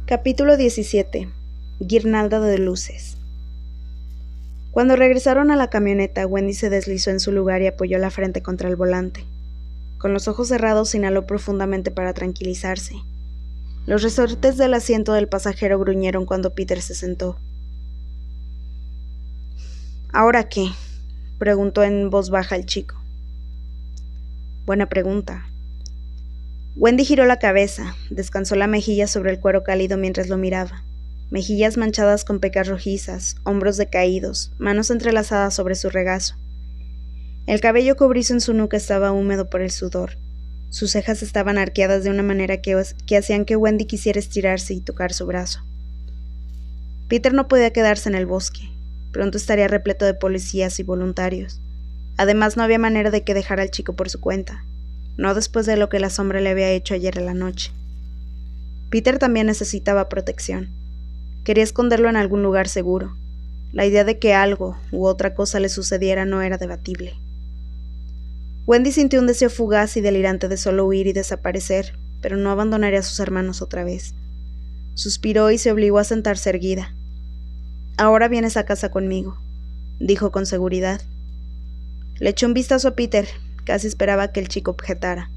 Capítulo 17. Guirnalda de luces. Cuando regresaron a la camioneta, Wendy se deslizó en su lugar y apoyó la frente contra el volante. Con los ojos cerrados, inhaló profundamente para tranquilizarse. Los resortes del asiento del pasajero gruñeron cuando Peter se sentó. ¿Ahora qué?, preguntó en voz baja el chico. Buena pregunta. Wendy giró la cabeza, descansó la mejilla sobre el cuero cálido mientras lo miraba. Mejillas manchadas con pecas rojizas, hombros decaídos, manos entrelazadas sobre su regazo. El cabello cobrizo en su nuca estaba húmedo por el sudor. Sus cejas estaban arqueadas de una manera que hacían que Wendy quisiera estirarse y tocar su brazo. Peter no podía quedarse en el bosque. Pronto estaría repleto de policías y voluntarios. Además, no había manera de que dejara al chico por su cuenta. No después de lo que la sombra le había hecho ayer en la noche. Peter también necesitaba protección. Quería esconderlo en algún lugar seguro. La idea de que algo u otra cosa le sucediera no era debatible. Wendy sintió un deseo fugaz y delirante de solo huir y desaparecer, pero no abandonaría a sus hermanos otra vez. Suspiró y se obligó a sentarse erguida. «Ahora vienes a casa conmigo», dijo con seguridad. Le echó un vistazo a Peter. Casi esperaba que el chico objetara.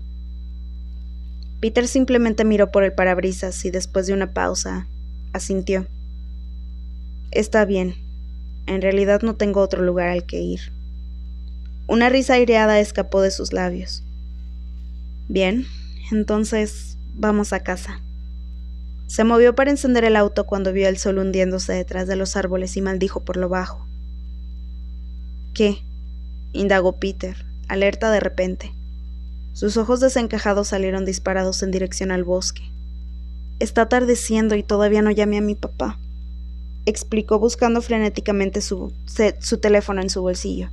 Peter simplemente miró por el parabrisas y después de una pausa, asintió. «Está bien. En realidad no tengo otro lugar al que ir». Una risa aireada escapó de sus labios. «Bien, entonces vamos a casa». Se movió para encender el auto cuando vio el sol hundiéndose detrás de los árboles y maldijo por lo bajo. «¿Qué?», indagó Peter, alerta de repente. Sus ojos desencajados salieron disparados en dirección al bosque. «Está atardeciendo y todavía no llamé a mi papá», explicó buscando frenéticamente su teléfono en su bolsillo.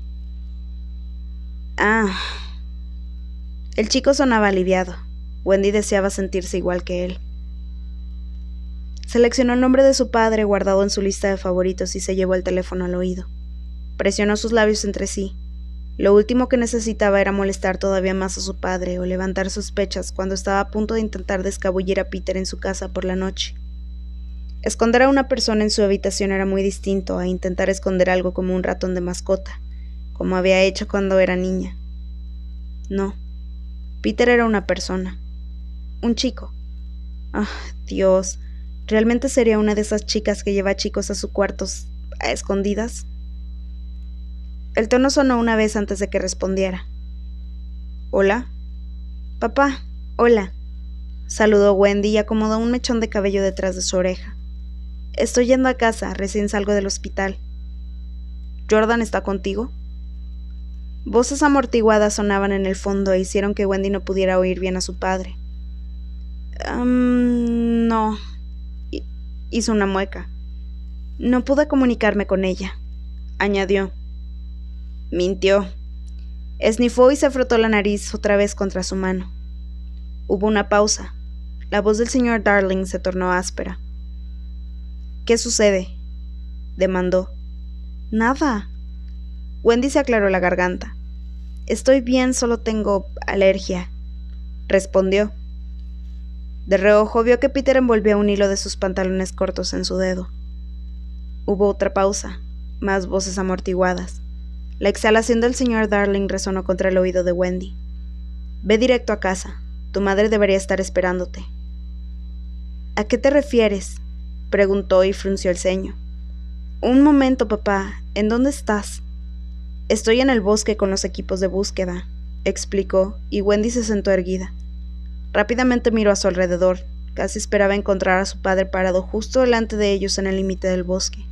«Ah». El chico sonaba aliviado. Wendy deseaba sentirse igual que él. Seleccionó el nombre de su padre guardado en su lista de favoritos y se llevó el teléfono al oído. Presionó sus labios entre sí. Lo último que necesitaba era molestar todavía más a su padre o levantar sospechas cuando estaba a punto de intentar descabullir a Peter en su casa por la noche. Esconder a una persona en su habitación era muy distinto a intentar esconder algo como un ratón de mascota, como había hecho cuando era niña. No, Peter era una persona, un chico. Ah, Dios, ¿realmente sería una de esas chicas que lleva chicos a sus cuartos a escondidas? El tono sonó una vez antes de que respondiera. «¿Hola?» «Papá, hola», saludó Wendy y acomodó un mechón de cabello detrás de su oreja. «Estoy yendo a casa, recién salgo del hospital». «¿Jordan está contigo?» Voces amortiguadas sonaban en el fondo e hicieron que Wendy no pudiera oír bien a su padre. No», hizo una mueca. «No pude comunicarme con ella», añadió. Mintió. Esnifó y se frotó la nariz otra vez contra su mano. Hubo una pausa. La voz del señor Darling se tornó áspera. «¿Qué sucede?», demandó. «Nada». Wendy se aclaró la garganta. «Estoy bien, solo tengo alergia», respondió. De reojo vio que Peter envolvía un hilo de sus pantalones cortos en su dedo. Hubo otra pausa, más voces amortiguadas. La exhalación del señor Darling resonó contra el oído de Wendy. «Ve directo a casa. Tu madre debería estar esperándote». «¿A qué te refieres?», preguntó y frunció el ceño. «Un momento, papá. ¿En dónde estás?» «Estoy en el bosque con los equipos de búsqueda», explicó, y Wendy se sentó erguida. Rápidamente miró a su alrededor. Casi esperaba encontrar a su padre parado justo delante de ellos en el límite del bosque.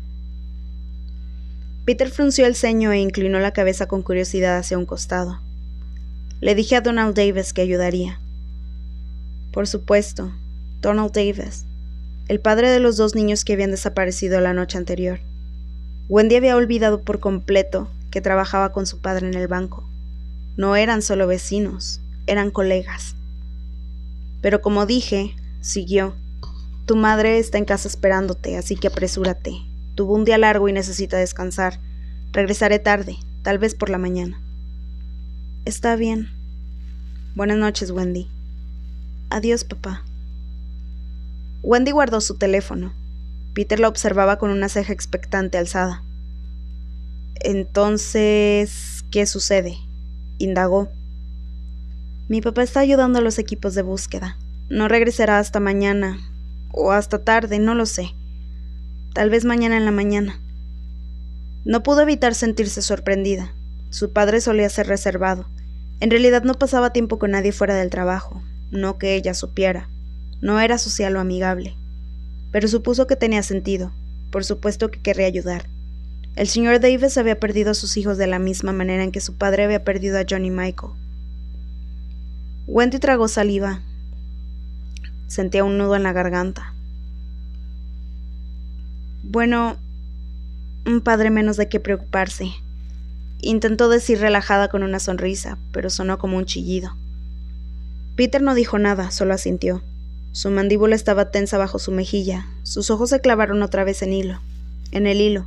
Peter frunció el ceño e inclinó la cabeza con curiosidad hacia un costado. «Le dije a Donald Davis que ayudaría». Por supuesto, Donald Davis, el padre de los 2 niños que habían desaparecido la noche anterior. Wendy había olvidado por completo que trabajaba con su padre en el banco. No eran solo vecinos, eran colegas. «Pero como dije», siguió, «tu madre está en casa esperándote, así que apresúrate. Tuvo un día largo y necesita descansar. Regresaré tarde, tal vez por la mañana». «Está bien. Buenas noches, Wendy». «Adiós, papá». Wendy guardó su teléfono. Peter la observaba con una ceja expectante alzada. Entonces, ¿qué sucede?, indagó. Mi papá está ayudando a los equipos de búsqueda. No regresará hasta mañana, o hasta tarde, no lo sé. Tal vez mañana en la mañana. No pudo evitar sentirse sorprendida. Su padre solía ser reservado. En realidad no pasaba tiempo con nadie fuera del trabajo, no que ella supiera. No era social o amigable. Pero supuso que tenía sentido. Por supuesto que querría ayudar. El señor Davis había perdido a sus hijos de la misma manera en que su padre había perdido a John y Michael. Wendy tragó saliva. Sentía un nudo en la garganta. Bueno, un padre menos de qué preocuparse. Intentó decir relajada con una sonrisa, pero sonó como un chillido. Peter no dijo nada, solo asintió. Su mandíbula estaba tensa bajo su mejilla. Sus ojos se clavaron otra vez en el hilo.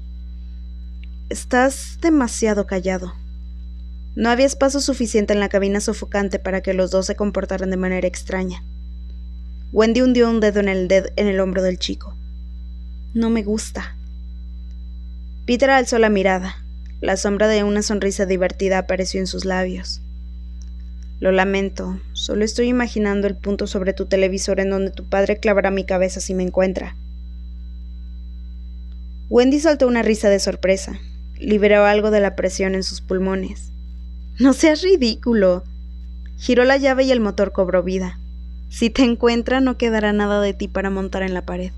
Estás demasiado callado. No había espacio suficiente en la cabina sofocante para que los dos se comportaran de manera extraña. Wendy hundió un dedo en el hombro del chico. No me gusta. Peter alzó la mirada. La sombra de una sonrisa divertida apareció en sus labios. Lo lamento, solo estoy imaginando el punto sobre tu televisor en donde tu padre clavará mi cabeza si me encuentra. Wendy soltó una risa de sorpresa. Liberó algo de la presión en sus pulmones. No seas ridículo. Giró la llave y el motor cobró vida. Si te encuentra, no quedará nada de ti para montar en la pared.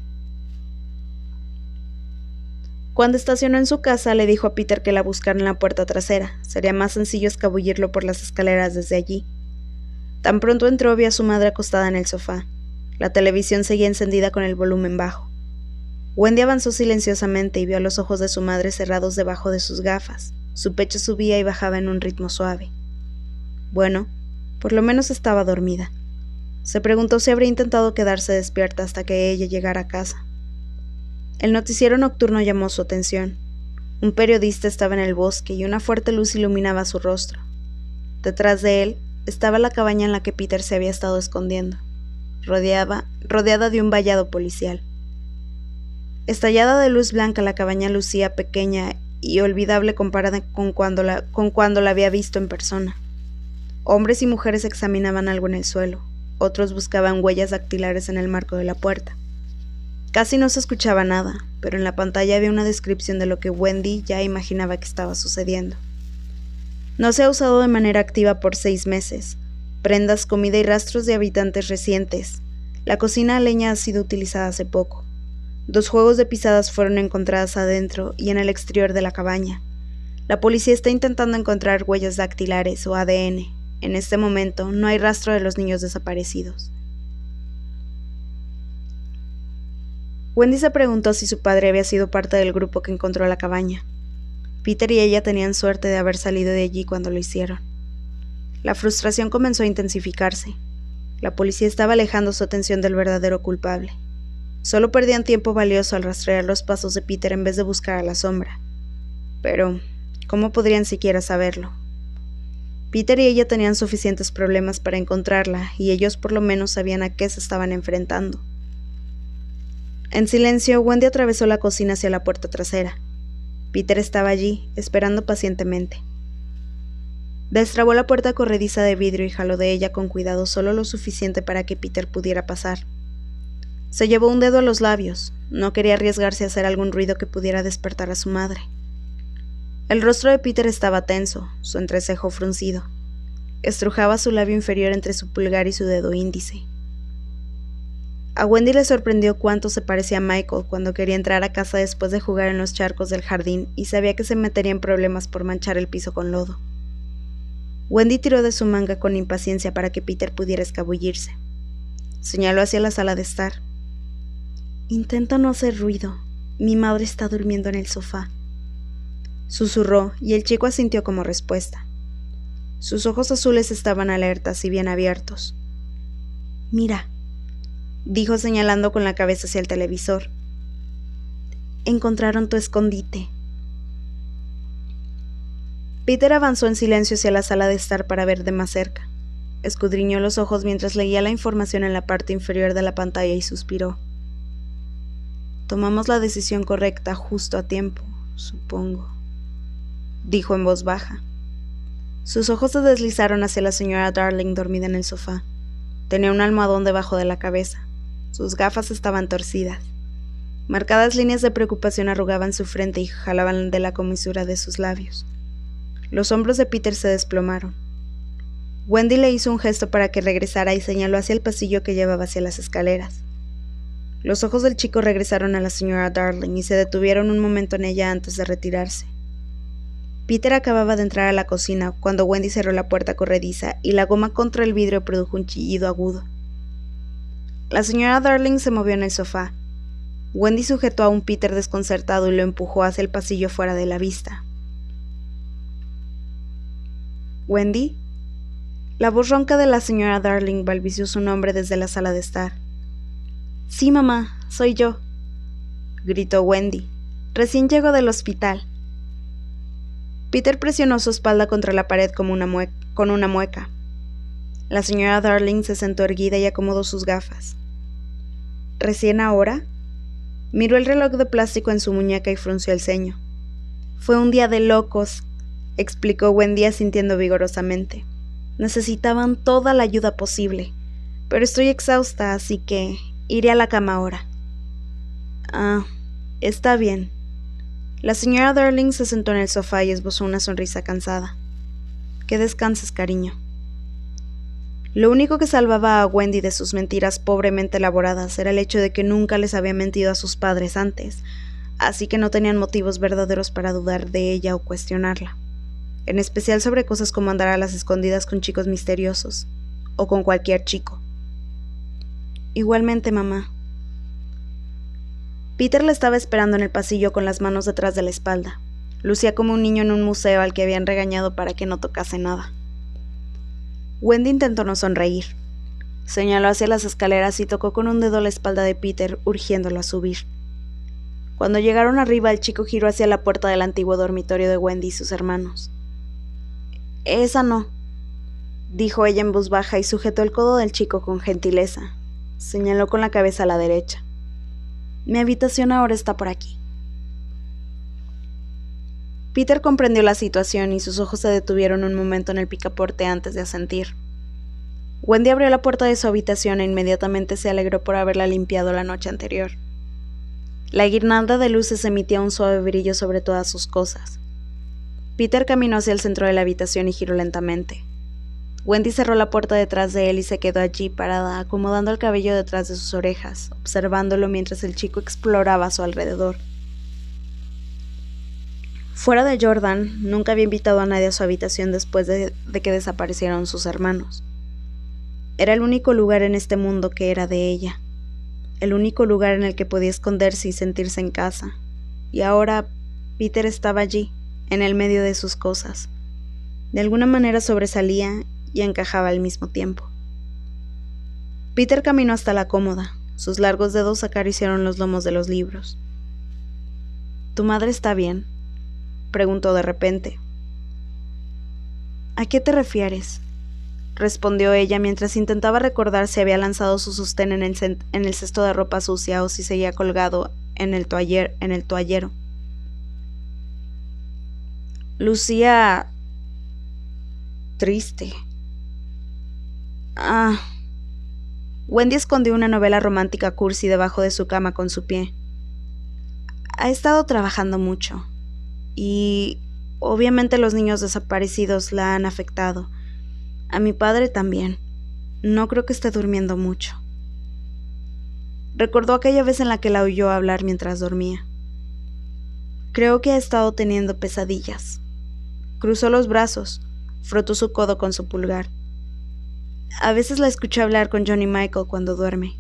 Cuando estacionó en su casa, le dijo a Peter que la buscara en la puerta trasera. Sería más sencillo escabullirlo por las escaleras desde allí. Tan pronto entró, vio a su madre acostada en el sofá. La televisión seguía encendida con el volumen bajo. Wendy avanzó silenciosamente y vio los ojos de su madre cerrados debajo de sus gafas. Su pecho subía y bajaba en un ritmo suave. Bueno, por lo menos estaba dormida. Se preguntó si habría intentado quedarse despierta hasta que ella llegara a casa. El noticiero nocturno llamó su atención. Un periodista estaba en el bosque y una fuerte luz iluminaba su rostro. Detrás de él estaba la cabaña en la que Peter se había estado escondiendo, rodeada de un vallado policial. Estallada de luz blanca, la cabaña lucía pequeña y olvidable comparada con cuando la había visto en persona. Hombres y mujeres examinaban algo en el suelo, otros buscaban huellas dactilares en el marco de la puerta. Casi no se escuchaba nada, pero en la pantalla había una descripción de lo que Wendy ya imaginaba que estaba sucediendo. No se ha usado de manera activa por 6 meses. Prendas, comida y rastros de habitantes recientes. La cocina a leña ha sido utilizada hace poco. 2 juegos de pisadas fueron encontradas adentro y en el exterior de la cabaña. La policía está intentando encontrar huellas dactilares o ADN. En este momento no hay rastro de los niños desaparecidos. Wendy se preguntó si su padre había sido parte del grupo que encontró la cabaña. Peter y ella tenían suerte de haber salido de allí cuando lo hicieron. La frustración comenzó a intensificarse. La policía estaba alejando su atención del verdadero culpable. Solo perdían tiempo valioso al rastrear los pasos de Peter en vez de buscar a la sombra. Pero, ¿cómo podrían siquiera saberlo? Peter y ella tenían suficientes problemas para encontrarla, y ellos por lo menos sabían a qué se estaban enfrentando. En silencio, Wendy atravesó la cocina hacia la puerta trasera. Peter estaba allí, esperando pacientemente. Destrabó la puerta corrediza de vidrio y jaló de ella con cuidado solo lo suficiente para que Peter pudiera pasar. Se llevó un dedo a los labios. No quería arriesgarse a hacer algún ruido que pudiera despertar a su madre. El rostro de Peter estaba tenso, su entrecejo fruncido. Estrujaba su labio inferior entre su pulgar y su dedo índice. A Wendy le sorprendió cuánto se parecía a Michael cuando quería entrar a casa después de jugar en los charcos del jardín y sabía que se metería en problemas por manchar el piso con lodo. Wendy tiró de su manga con impaciencia para que Peter pudiera escabullirse. Señaló hacia la sala de estar. «Intenta no hacer ruido. Mi madre está durmiendo en el sofá», susurró, y el chico asintió como respuesta. Sus ojos azules estaban alertas y bien abiertos. «Mira», dijo señalando con la cabeza hacia el televisor. «Encontraron tu escondite». Peter avanzó en silencio hacia la sala de estar para ver de más cerca. escudriñó los ojos mientras leía la información en la parte inferior de la pantalla y suspiró. Tomamos la decisión correcta justo a tiempo, supongo, dijo en voz baja. Sus ojos se deslizaron hacia la señora Darling dormida en el sofá. Tenía un almohadón debajo de la cabeza. Sus gafas estaban torcidas. Marcadas líneas de preocupación arrugaban su frente y jalaban de la comisura de sus labios. Los hombros de Peter se desplomaron. Wendy le hizo un gesto para que regresara y señaló hacia el pasillo que llevaba hacia las escaleras. Los ojos del chico regresaron a la señora Darling y se detuvieron un momento en ella antes de retirarse. Peter acababa de entrar a la cocina cuando Wendy cerró la puerta corrediza y la goma contra el vidrio produjo un chillido agudo. La señora Darling se movió en el sofá. Wendy sujetó a un Peter desconcertado y lo empujó hacia el pasillo fuera de la vista. ¿Wendy? La voz ronca de la señora Darling balbuceó su nombre desde la sala de estar. Sí, mamá, soy yo, gritó Wendy. Recién llego del hospital. Peter presionó su espalda contra la pared con una mueca. La señora Darling se sentó erguida y acomodó sus gafas. ¿Recién ahora? Miró el reloj de plástico en su muñeca y frunció el ceño. Fue un día de locos, explicó Wendy asintiendo vigorosamente. Necesitaban toda la ayuda posible, pero estoy exhausta, así que iré a la cama ahora. Ah, está bien. La señora Darling se sentó en el sofá y esbozó una sonrisa cansada. Que descanses, cariño. Lo único que salvaba a Wendy de sus mentiras pobremente elaboradas era el hecho de que nunca les había mentido a sus padres antes, así que no tenían motivos verdaderos para dudar de ella o cuestionarla, en especial sobre cosas como andar a las escondidas con chicos misteriosos, o con cualquier chico. Igualmente, mamá. Peter la estaba esperando en el pasillo con las manos detrás de la espalda. Lucía como un niño en un museo al que habían regañado para que no tocase nada. Wendy intentó no sonreír. Señaló hacia las escaleras y tocó con un dedo la espalda de Peter, urgiéndolo a subir. Cuando llegaron arriba, el chico giró hacia la puerta del antiguo dormitorio de Wendy y sus hermanos. Esa no, dijo ella en voz baja y sujetó el codo del chico con gentileza. Señaló con la cabeza a la derecha. Mi habitación ahora está por aquí. Peter comprendió la situación y sus ojos se detuvieron un momento en el picaporte antes de asentir. Wendy abrió la puerta de su habitación e inmediatamente se alegró por haberla limpiado la noche anterior. La guirnalda de luces emitía un suave brillo sobre todas sus cosas. Peter caminó hacia el centro de la habitación y giró lentamente. Wendy cerró la puerta detrás de él y se quedó allí parada, acomodando el cabello detrás de sus orejas, observándolo mientras el chico exploraba a su alrededor. Fuera de Jordan, nunca había invitado a nadie a su habitación después de que desaparecieron sus hermanos. Era el único lugar en este mundo que era de ella, el único lugar en el que podía esconderse y sentirse en casa, y ahora Peter estaba allí, en el medio de sus cosas. De alguna manera sobresalía y encajaba al mismo tiempo. Peter caminó hasta la cómoda. Sus largos dedos acariciaron los lomos de los libros. ¿Tu madre está bien?, preguntó de repente. ¿A qué te refieres?, respondió ella mientras intentaba recordar si había lanzado su sostén en el cesto de ropa sucia o si seguía colgado en el toallero. Lucía triste. Wendy escondió una novela romántica cursi debajo de su cama con su pie. Ha estado trabajando mucho. Y obviamente los niños desaparecidos la han afectado. A mi padre también. No creo que esté durmiendo mucho. Recordó aquella vez en la que la oyó hablar mientras dormía. Creo que ha estado teniendo pesadillas. Cruzó los brazos, frotó su codo con su pulgar. A veces la escuché hablar con John y Michael cuando duerme.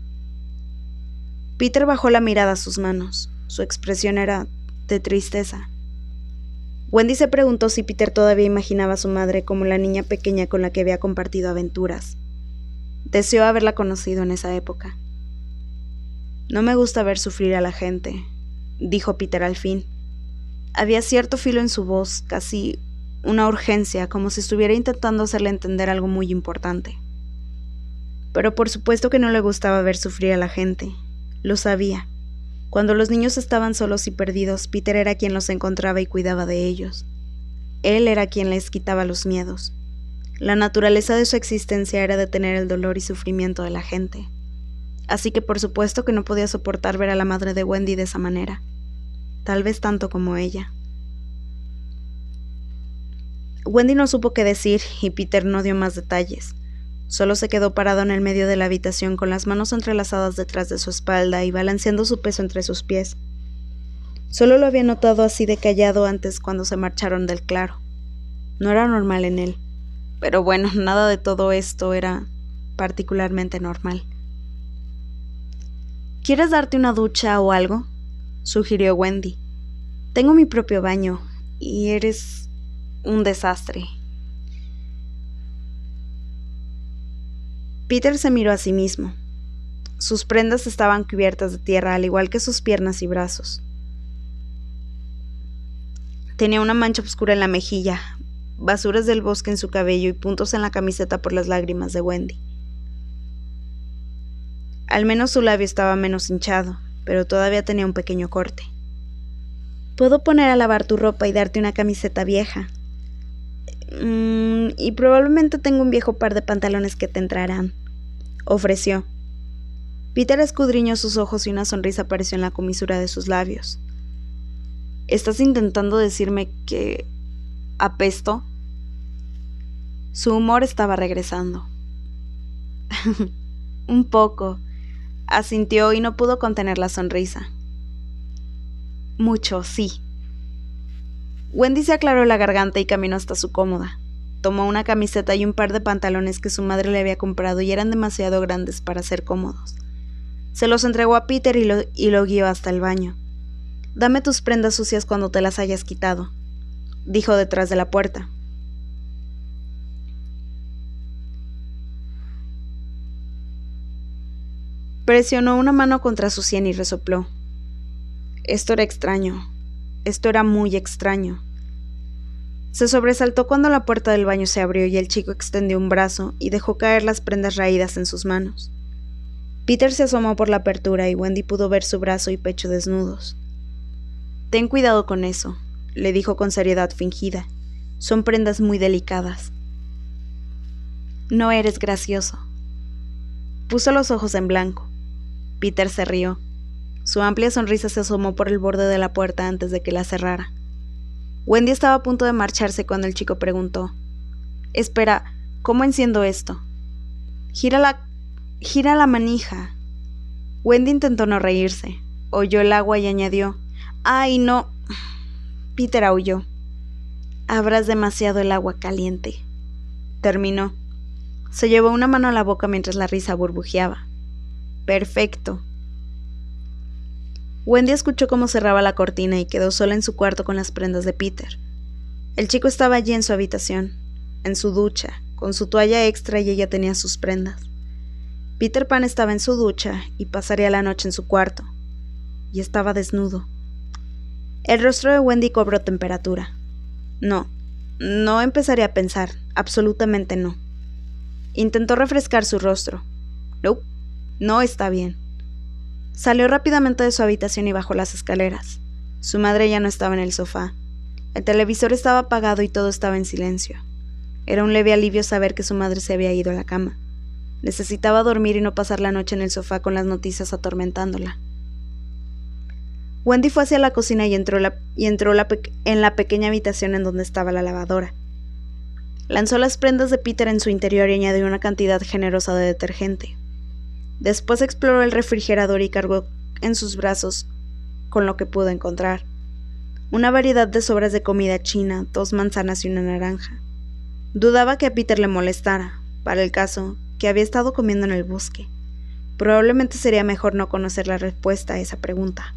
Peter bajó la mirada a sus manos. Su expresión era de tristeza. Wendy se preguntó si Peter todavía imaginaba a su madre como la niña pequeña con la que había compartido aventuras. Deseó haberla conocido en esa época. No me gusta ver sufrir a la gente, dijo Peter al fin. Había cierto filo en su voz, casi una urgencia, como si estuviera intentando hacerle entender algo muy importante. Pero por supuesto que no le gustaba ver sufrir a la gente. Lo sabía. Cuando los niños estaban solos y perdidos, Peter era quien los encontraba y cuidaba de ellos. Él era quien les quitaba los miedos. La naturaleza de su existencia era detener el dolor y sufrimiento de la gente. Así que por supuesto que no podía soportar ver a la madre de Wendy de esa manera. Tal vez tanto como ella. Wendy no supo qué decir y Peter no dio más detalles. Solo se quedó parado en el medio de la habitación con las manos entrelazadas detrás de su espalda y balanceando su peso entre sus pies. Solo lo había notado así de callado antes cuando se marcharon del claro. No era normal en él. Pero bueno, nada de todo esto era particularmente normal. ¿Quieres darte una ducha o algo?, sugirió Wendy. Tengo mi propio baño y eres un desastre. Peter se miró a sí mismo. Sus prendas estaban cubiertas de tierra, al igual que sus piernas y brazos. Tenía una mancha oscura en la mejilla, basuras del bosque en su cabello y puntos en la camiseta por las lágrimas de Wendy. Al menos su labio estaba menos hinchado, pero todavía tenía un pequeño corte. Puedo poner a lavar tu ropa y darte una camiseta vieja. Y probablemente tengo un viejo par de pantalones que te entrarán, ofreció. Peter escudriñó sus ojos y una sonrisa apareció en la comisura de sus labios. ¿Estás intentando decirme que apesto? Su humor estaba regresando. Un poco, asintió y no pudo contener la sonrisa. Mucho, sí. Wendy se aclaró la garganta y caminó hasta su cómoda. Tomó una camiseta y un par de pantalones que su madre le había comprado y eran demasiado grandes para ser cómodos. Se los entregó a Peter y lo guió hasta el baño. Dame tus prendas sucias cuando te las hayas quitado, dijo detrás de la puerta. Presionó una mano contra su sien y resopló. Esto era extraño. Esto era muy extraño. Se sobresaltó cuando la puerta del baño se abrió y el chico extendió un brazo y dejó caer las prendas raídas en sus manos. Peter se asomó por la apertura y Wendy pudo ver su brazo y pecho desnudos. Ten cuidado con eso, le dijo con seriedad fingida. Son prendas muy delicadas. No eres gracioso. Puso los ojos en blanco. Peter se rió. Su amplia sonrisa se asomó por el borde de la puerta antes de que la cerrara. Wendy estaba a punto de marcharse cuando el chico preguntó: Espera, ¿cómo enciendo esto? Gira la manija. Wendy intentó no reírse. Oyó el agua y añadió: ¡Ay, no! Peter aulló. Habrás demasiado el agua caliente. Terminó. Se llevó una mano a la boca mientras la risa burbujeaba. Perfecto. Wendy escuchó cómo cerraba la cortina y quedó sola en su cuarto con las prendas de Peter. El chico estaba allí en su habitación, en su ducha, con su toalla extra y ella tenía sus prendas. Peter Pan estaba en su ducha y pasaría la noche en su cuarto. Y estaba desnudo. El rostro de Wendy cobró temperatura. No empezaría a pensar, absolutamente no. Intentó refrescar su rostro. No está bien. Salió rápidamente de su habitación y bajó las escaleras. Su madre ya no estaba en el sofá. El televisor estaba apagado y todo estaba en silencio. Era un leve alivio saber que su madre se había ido a la cama. Necesitaba dormir y no pasar la noche en el sofá con las noticias atormentándola. Wendy fue hacia la cocina y entró en la pequeña habitación en donde estaba la lavadora. Lanzó las prendas de Peter en su interior y añadió una cantidad generosa de detergente. Después exploró el refrigerador y cargó en sus brazos con lo que pudo encontrar. Una variedad de sobras de comida china, 2 manzanas y una naranja. Dudaba que a Peter le molestara, para el caso, que había estado comiendo en el bosque. Probablemente sería mejor no conocer la respuesta a esa pregunta.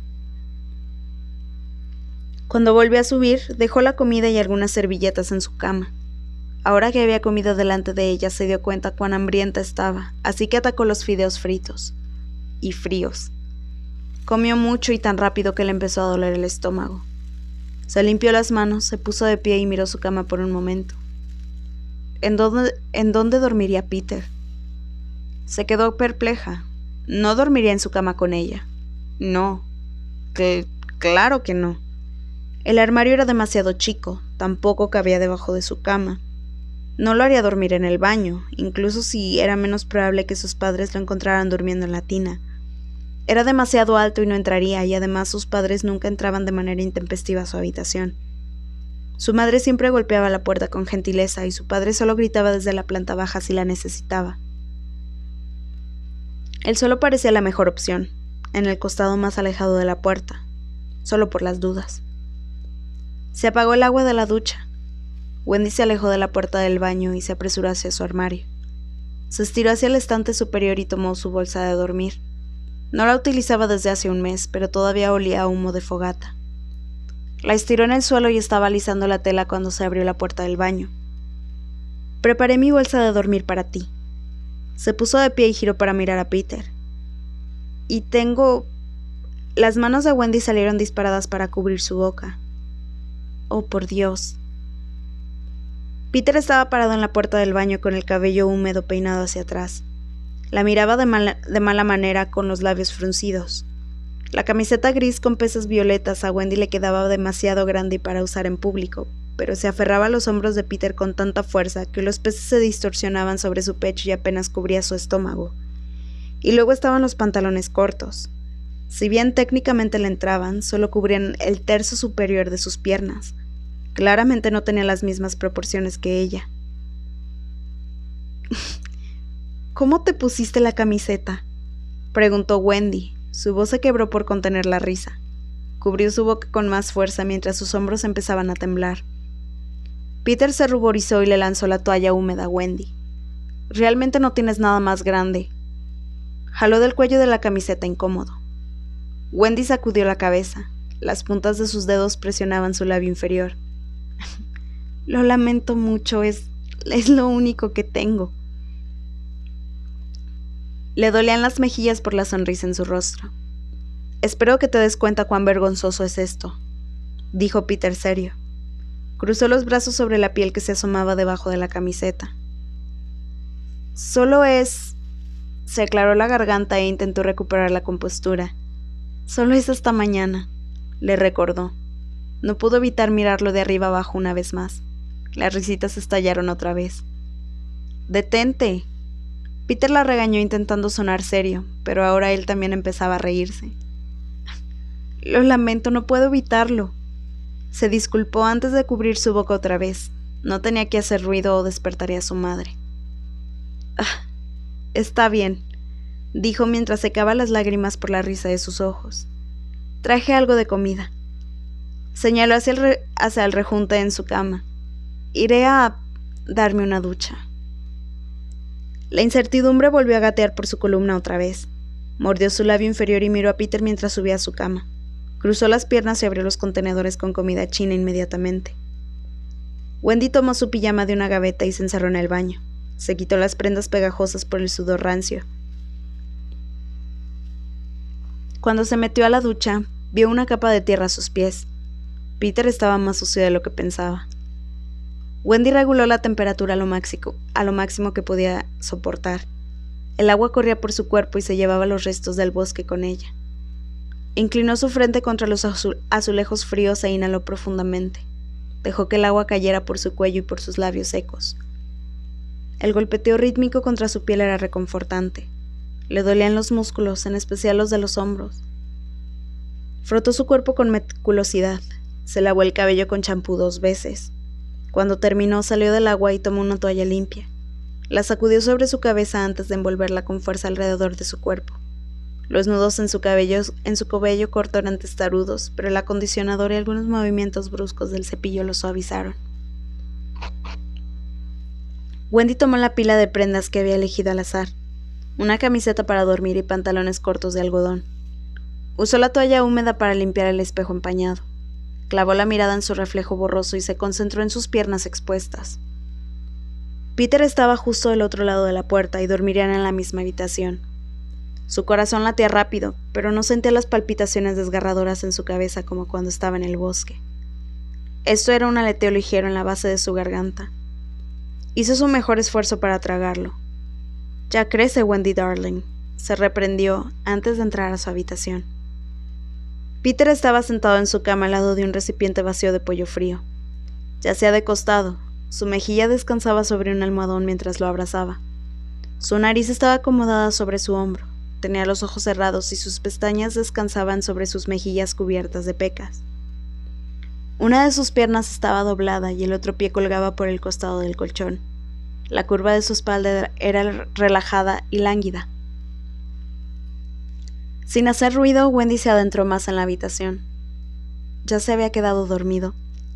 Cuando volvió a subir, dejó la comida y algunas servilletas en su cama. Ahora que había comido delante de ella, se dio cuenta cuán hambrienta estaba, así que atacó los fideos fritos. Y fríos. Comió mucho y tan rápido que le empezó a doler el estómago. Se limpió las manos, se puso de pie y miró su cama por un momento. ¿En dónde dormiría Peter? Se quedó perpleja. No dormiría en su cama con ella. No. Claro que no. El armario era demasiado chico, tampoco cabía debajo de su cama. No lo haría dormir en el baño, incluso si era menos probable que sus padres lo encontraran durmiendo en la tina. Era demasiado alto y no entraría, y además sus padres nunca entraban de manera intempestiva a su habitación. Su madre siempre golpeaba la puerta con gentileza y su padre solo gritaba desde la planta baja si la necesitaba. Él solo parecía la mejor opción, en el costado más alejado de la puerta, solo por las dudas. Se apagó el agua de la ducha. Wendy se alejó de la puerta del baño y se apresuró hacia su armario. Se estiró hacia el estante superior y tomó su bolsa de dormir. No la utilizaba desde hace un mes, pero todavía olía a humo de fogata. La estiró en el suelo y estaba alisando la tela cuando se abrió la puerta del baño. Preparé mi bolsa de dormir para ti. Se puso de pie y giró para mirar a Peter. Y tengo... Las manos de Wendy salieron disparadas para cubrir su boca. Oh, por Dios. Peter estaba parado en la puerta del baño con el cabello húmedo peinado hacia atrás. La miraba de mala manera con los labios fruncidos. La camiseta gris con pesas violetas a Wendy le quedaba demasiado grande para usar en público, pero se aferraba a los hombros de Peter con tanta fuerza que los peces se distorsionaban sobre su pecho y apenas cubría su estómago. Y luego estaban los pantalones cortos. Si bien técnicamente le entraban, solo cubrían el tercio superior de sus piernas. Claramente no tenía las mismas proporciones que ella. ¿Cómo te pusiste la camiseta?, preguntó Wendy. Su voz se quebró por contener la risa. Cubrió su boca con más fuerza mientras sus hombros empezaban a temblar. Peter se ruborizó y le lanzó la toalla húmeda a Wendy. Realmente no tienes nada más grande. Jaló del cuello de la camiseta incómodo. Wendy sacudió la cabeza. Las puntas de sus dedos presionaban su labio inferior. Lo lamento mucho, es lo único que tengo. Le dolían las mejillas por la sonrisa en su rostro. Espero que te des cuenta cuán vergonzoso es esto, dijo Peter serio. Cruzó los brazos sobre la piel que se asomaba debajo de la camiseta. Solo es... Se aclaró la garganta e intentó recuperar la compostura. Solo es hasta mañana, le recordó. No pudo evitar mirarlo de arriba abajo una vez más. Las risitas estallaron otra vez. ¡Detente! Peter la regañó intentando sonar serio, pero ahora él también empezaba a reírse. Lo lamento, no puedo evitarlo. Se disculpó antes de cubrir su boca otra vez. No tenía que hacer ruido o despertaría a su madre. Está bien, dijo mientras secaba las lágrimas por la risa de sus ojos. Traje algo de comida. Señaló hacia el rejunte en su cama. Iré a darme una ducha. La incertidumbre volvió a gatear por su columna otra vez. Mordió su labio inferior y miró a Peter mientras subía a su cama. Cruzó las piernas y abrió los contenedores con comida china inmediatamente. Wendy tomó su pijama de una gaveta y se encerró en el baño. Se quitó las prendas pegajosas por el sudor rancio. Cuando se metió a la ducha, vio una capa de tierra a sus pies. Peter estaba más sucio de lo que pensaba. Wendy reguló la temperatura a lo máximo que podía soportar. El agua corría por su cuerpo y se llevaba los restos del bosque con ella. Inclinó su frente contra los azulejos fríos e inhaló profundamente. Dejó que el agua cayera por su cuello y por sus labios secos. El golpeteo rítmico contra su piel era reconfortante. Le dolían los músculos, en especial los de los hombros. Frotó su cuerpo con meticulosidad. Se lavó el cabello con champú 2 veces. Cuando terminó, salió del agua y tomó una toalla limpia. La sacudió sobre su cabeza antes de envolverla con fuerza alrededor de su cuerpo. Los nudos en su cabello corto eran testarudos, pero el acondicionador y algunos movimientos bruscos del cepillo lo suavizaron. Wendy tomó la pila de prendas que había elegido al azar. Una camiseta para dormir y pantalones cortos de algodón. Usó la toalla húmeda para limpiar el espejo empañado. Clavó la mirada en su reflejo borroso y se concentró en sus piernas expuestas. Peter estaba justo del otro lado de la puerta y dormirían en la misma habitación. Su corazón latía rápido, pero no sentía las palpitaciones desgarradoras en su cabeza como cuando estaba en el bosque. Esto era un aleteo ligero en la base de su garganta. Hizo su mejor esfuerzo para tragarlo. Ya crece, Wendy darling, se reprendió antes de entrar a su habitación. Peter estaba sentado en su cama al lado de un recipiente vacío de pollo frío. Yacía de costado, su mejilla descansaba sobre un almohadón mientras lo abrazaba. Su nariz estaba acomodada sobre su hombro, tenía los ojos cerrados y sus pestañas descansaban sobre sus mejillas cubiertas de pecas. Una de sus piernas estaba doblada y el otro pie colgaba por el costado del colchón. La curva de su espalda era relajada y lánguida. Sin hacer ruido, Wendy se adentró más en la habitación. Ya se había quedado dormido.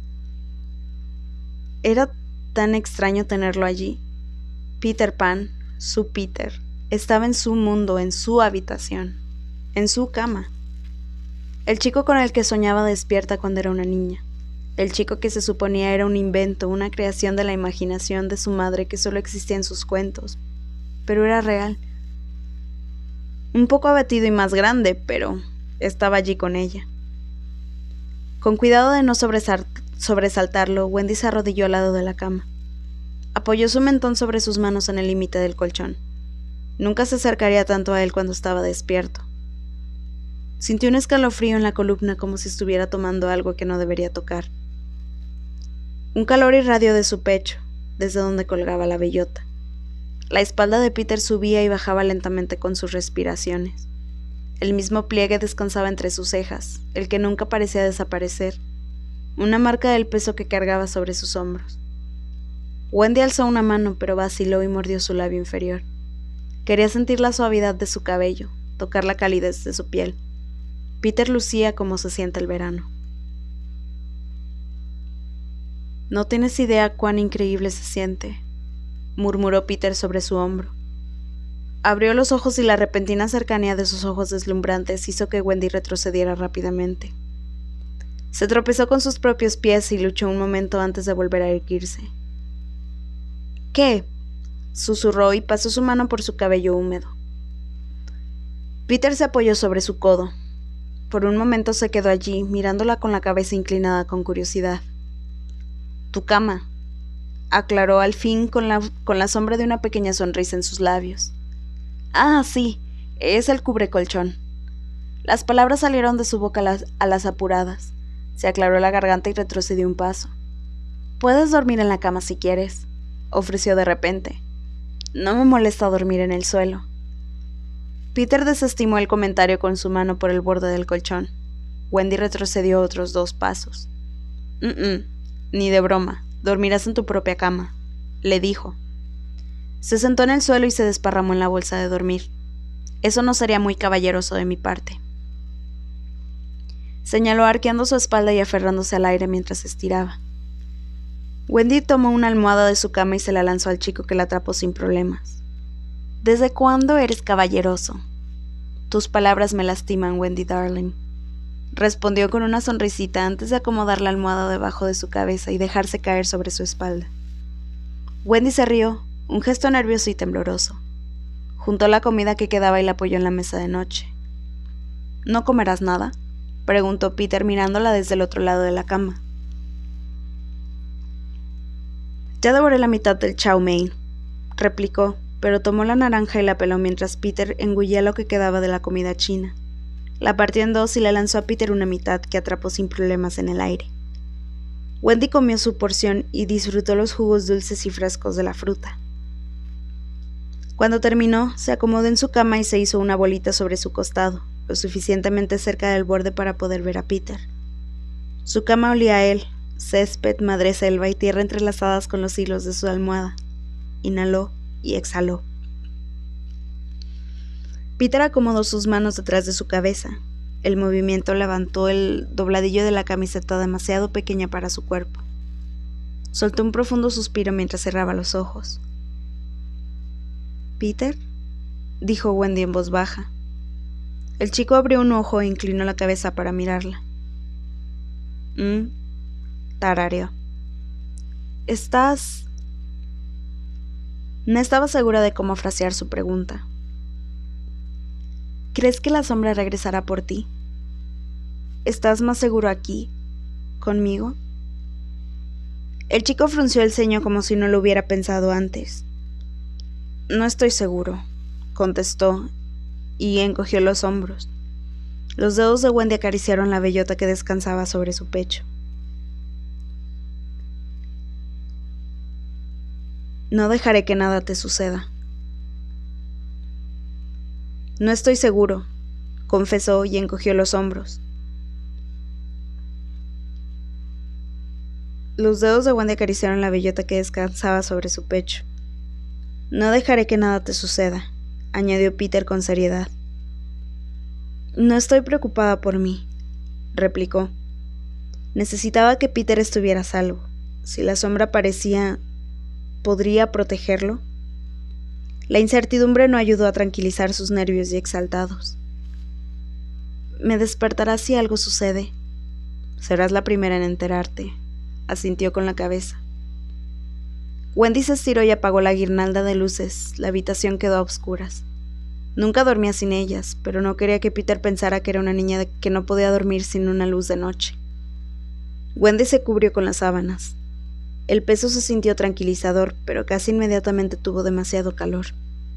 Era tan extraño tenerlo allí. Peter Pan, su Peter, estaba en su mundo, en su habitación, en su cama. El chico con el que soñaba despierta cuando era una niña. El chico que se suponía era un invento, una creación de la imaginación de su madre que solo existía en sus cuentos. Pero era real. Un poco abatido y más grande, pero estaba allí con ella. Con cuidado de no sobresaltarlo, Wendy se arrodilló al lado de la cama. Apoyó su mentón sobre sus manos en el límite del colchón. Nunca se acercaría tanto a él cuando estaba despierto. Sintió un escalofrío en la columna como si estuviera tomando algo que no debería tocar. Un calor irradió de su pecho, desde donde colgaba la bellota. La espalda de Peter subía y bajaba lentamente con sus respiraciones. El mismo pliegue descansaba entre sus cejas, el que nunca parecía desaparecer, una marca del peso que cargaba sobre sus hombros. Wendy alzó una mano, pero vaciló y mordió su labio inferior. Quería sentir la suavidad de su cabello, tocar la calidez de su piel. Peter lucía como se siente el verano. No tienes idea cuán increíble se siente, murmuró Peter sobre su hombro. Abrió los ojos y la repentina cercanía de sus ojos deslumbrantes hizo que Wendy retrocediera rápidamente. Se tropezó con sus propios pies y luchó un momento antes de volver a erguirse. ¿Qué? Susurró y pasó su mano por su cabello húmedo. Peter se apoyó sobre su codo. Por un momento se quedó allí, mirándola con la cabeza inclinada con curiosidad. Tu cama, aclaró al fin con la sombra de una pequeña sonrisa en sus labios. Ah, sí, es el cubrecolchón. Las palabras salieron de su boca a las apuradas. Se aclaró la garganta y retrocedió un paso. Puedes dormir en la cama si quieres, ofreció de repente. No me molesta dormir en el suelo. Peter desestimó el comentario con su mano por el borde del colchón. Wendy retrocedió otros 2 pasos. Ni de broma, dormirás en tu propia cama, le dijo. Se sentó en el suelo y se desparramó en la bolsa de dormir. Eso no sería muy caballeroso de mi parte. Señaló arqueando su espalda y aferrándose al aire mientras se estiraba. Wendy tomó una almohada de su cama y se la lanzó al chico que la atrapó sin problemas. ¿Desde cuándo eres caballeroso? Tus palabras me lastiman, Wendy darling, respondió con una sonrisita antes de acomodar la almohada debajo de su cabeza y dejarse caer sobre su espalda. Wendy se rió, un gesto nervioso y tembloroso. Juntó la comida que quedaba y la apoyó en la mesa de noche. ¿No comerás nada?, preguntó Peter mirándola desde el otro lado de la cama. Ya devoré la mitad del chow mein, replicó, pero tomó la naranja y la peló mientras Peter engullía lo que quedaba de la comida china. La partió en 2 y le lanzó a Peter una mitad que atrapó sin problemas en el aire. Wendy comió su porción y disfrutó los jugos dulces y frescos de la fruta. Cuando terminó, se acomodó en su cama y se hizo una bolita sobre su costado, lo suficientemente cerca del borde para poder ver a Peter. Su cama olía a él, césped, madreselva y tierra entrelazadas con los hilos de su almohada. Inhaló y exhaló. Peter acomodó sus manos detrás de su cabeza. El movimiento levantó el dobladillo de la camiseta demasiado pequeña para su cuerpo. Soltó un profundo suspiro mientras cerraba los ojos. ¿Peter?, dijo Wendy en voz baja. El chico abrió un ojo e inclinó la cabeza para mirarla. Tarareó. ¿Estás...? No estaba segura de cómo frasear su pregunta. ¿Crees que la sombra regresará por ti? ¿Estás más seguro aquí, conmigo? El chico frunció el ceño como si no lo hubiera pensado antes. No estoy seguro, contestó, y encogió los hombros. Los dedos de Wendy acariciaron la bellota que descansaba sobre su pecho. No dejaré que nada te suceda. No estoy seguro, confesó y encogió los hombros. Los dedos de Wendy acariciaron la bellota que descansaba sobre su pecho. No dejaré que nada te suceda, añadió Peter con seriedad. No estoy preocupada por mí, replicó. Necesitaba que Peter estuviera a salvo. Si la sombra aparecía, ¿podría protegerlo? La incertidumbre no ayudó a tranquilizar sus nervios y exaltados. Me despertarás si algo sucede. Serás la primera en enterarte, asintió con la cabeza. Wendy se estiró y apagó la guirnalda de luces. La habitación quedó a oscuras. Nunca dormía sin ellas, pero no quería que Peter pensara que era una niña que no podía dormir sin una luz de noche. Wendy se cubrió con las sábanas. El peso se sintió tranquilizador, pero casi inmediatamente tuvo demasiado calor.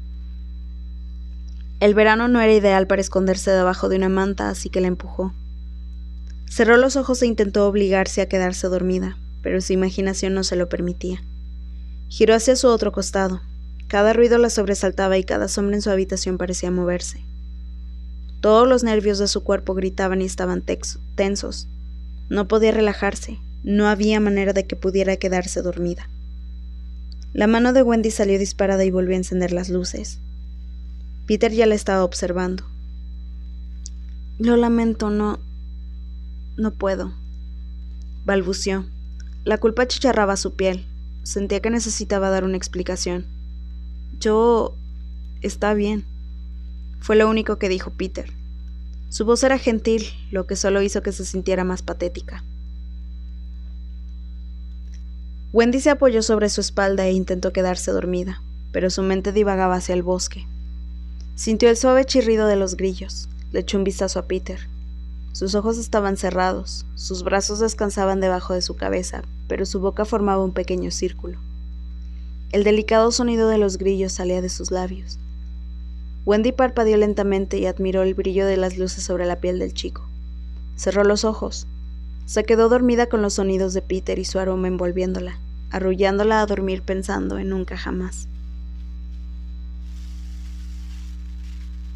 El verano no era ideal para esconderse debajo de una manta, así que la empujó. Cerró los ojos e intentó obligarse a quedarse dormida, pero su imaginación no se lo permitía. Giró hacia su otro costado. Cada ruido la sobresaltaba y cada sombra en su habitación parecía moverse. Todos los nervios de su cuerpo gritaban y estaban tensos. No podía relajarse. No había manera de que pudiera quedarse dormida. La mano de Wendy salió disparada y volvió a encender las luces. Peter ya la estaba observando. Lo lamento, no puedo, balbuceó. La culpa achicharraba su piel. Sentía que necesitaba dar una explicación. Está bien, fue lo único que dijo Peter. Su voz era gentil, lo que solo hizo que se sintiera más patética. Wendy se apoyó sobre su espalda e intentó quedarse dormida, pero su mente divagaba hacia el bosque. Sintió el suave chirrido de los grillos. Le echó un vistazo a Peter. Sus ojos estaban cerrados, sus brazos descansaban debajo de su cabeza, pero su boca formaba un pequeño círculo. El delicado sonido de los grillos salía de sus labios. Wendy parpadeó lentamente y admiró el brillo de las luces sobre la piel del chico. Cerró los ojos. Se quedó dormida con los sonidos de Peter y su aroma envolviéndola, arrullándola a dormir pensando en nunca jamás.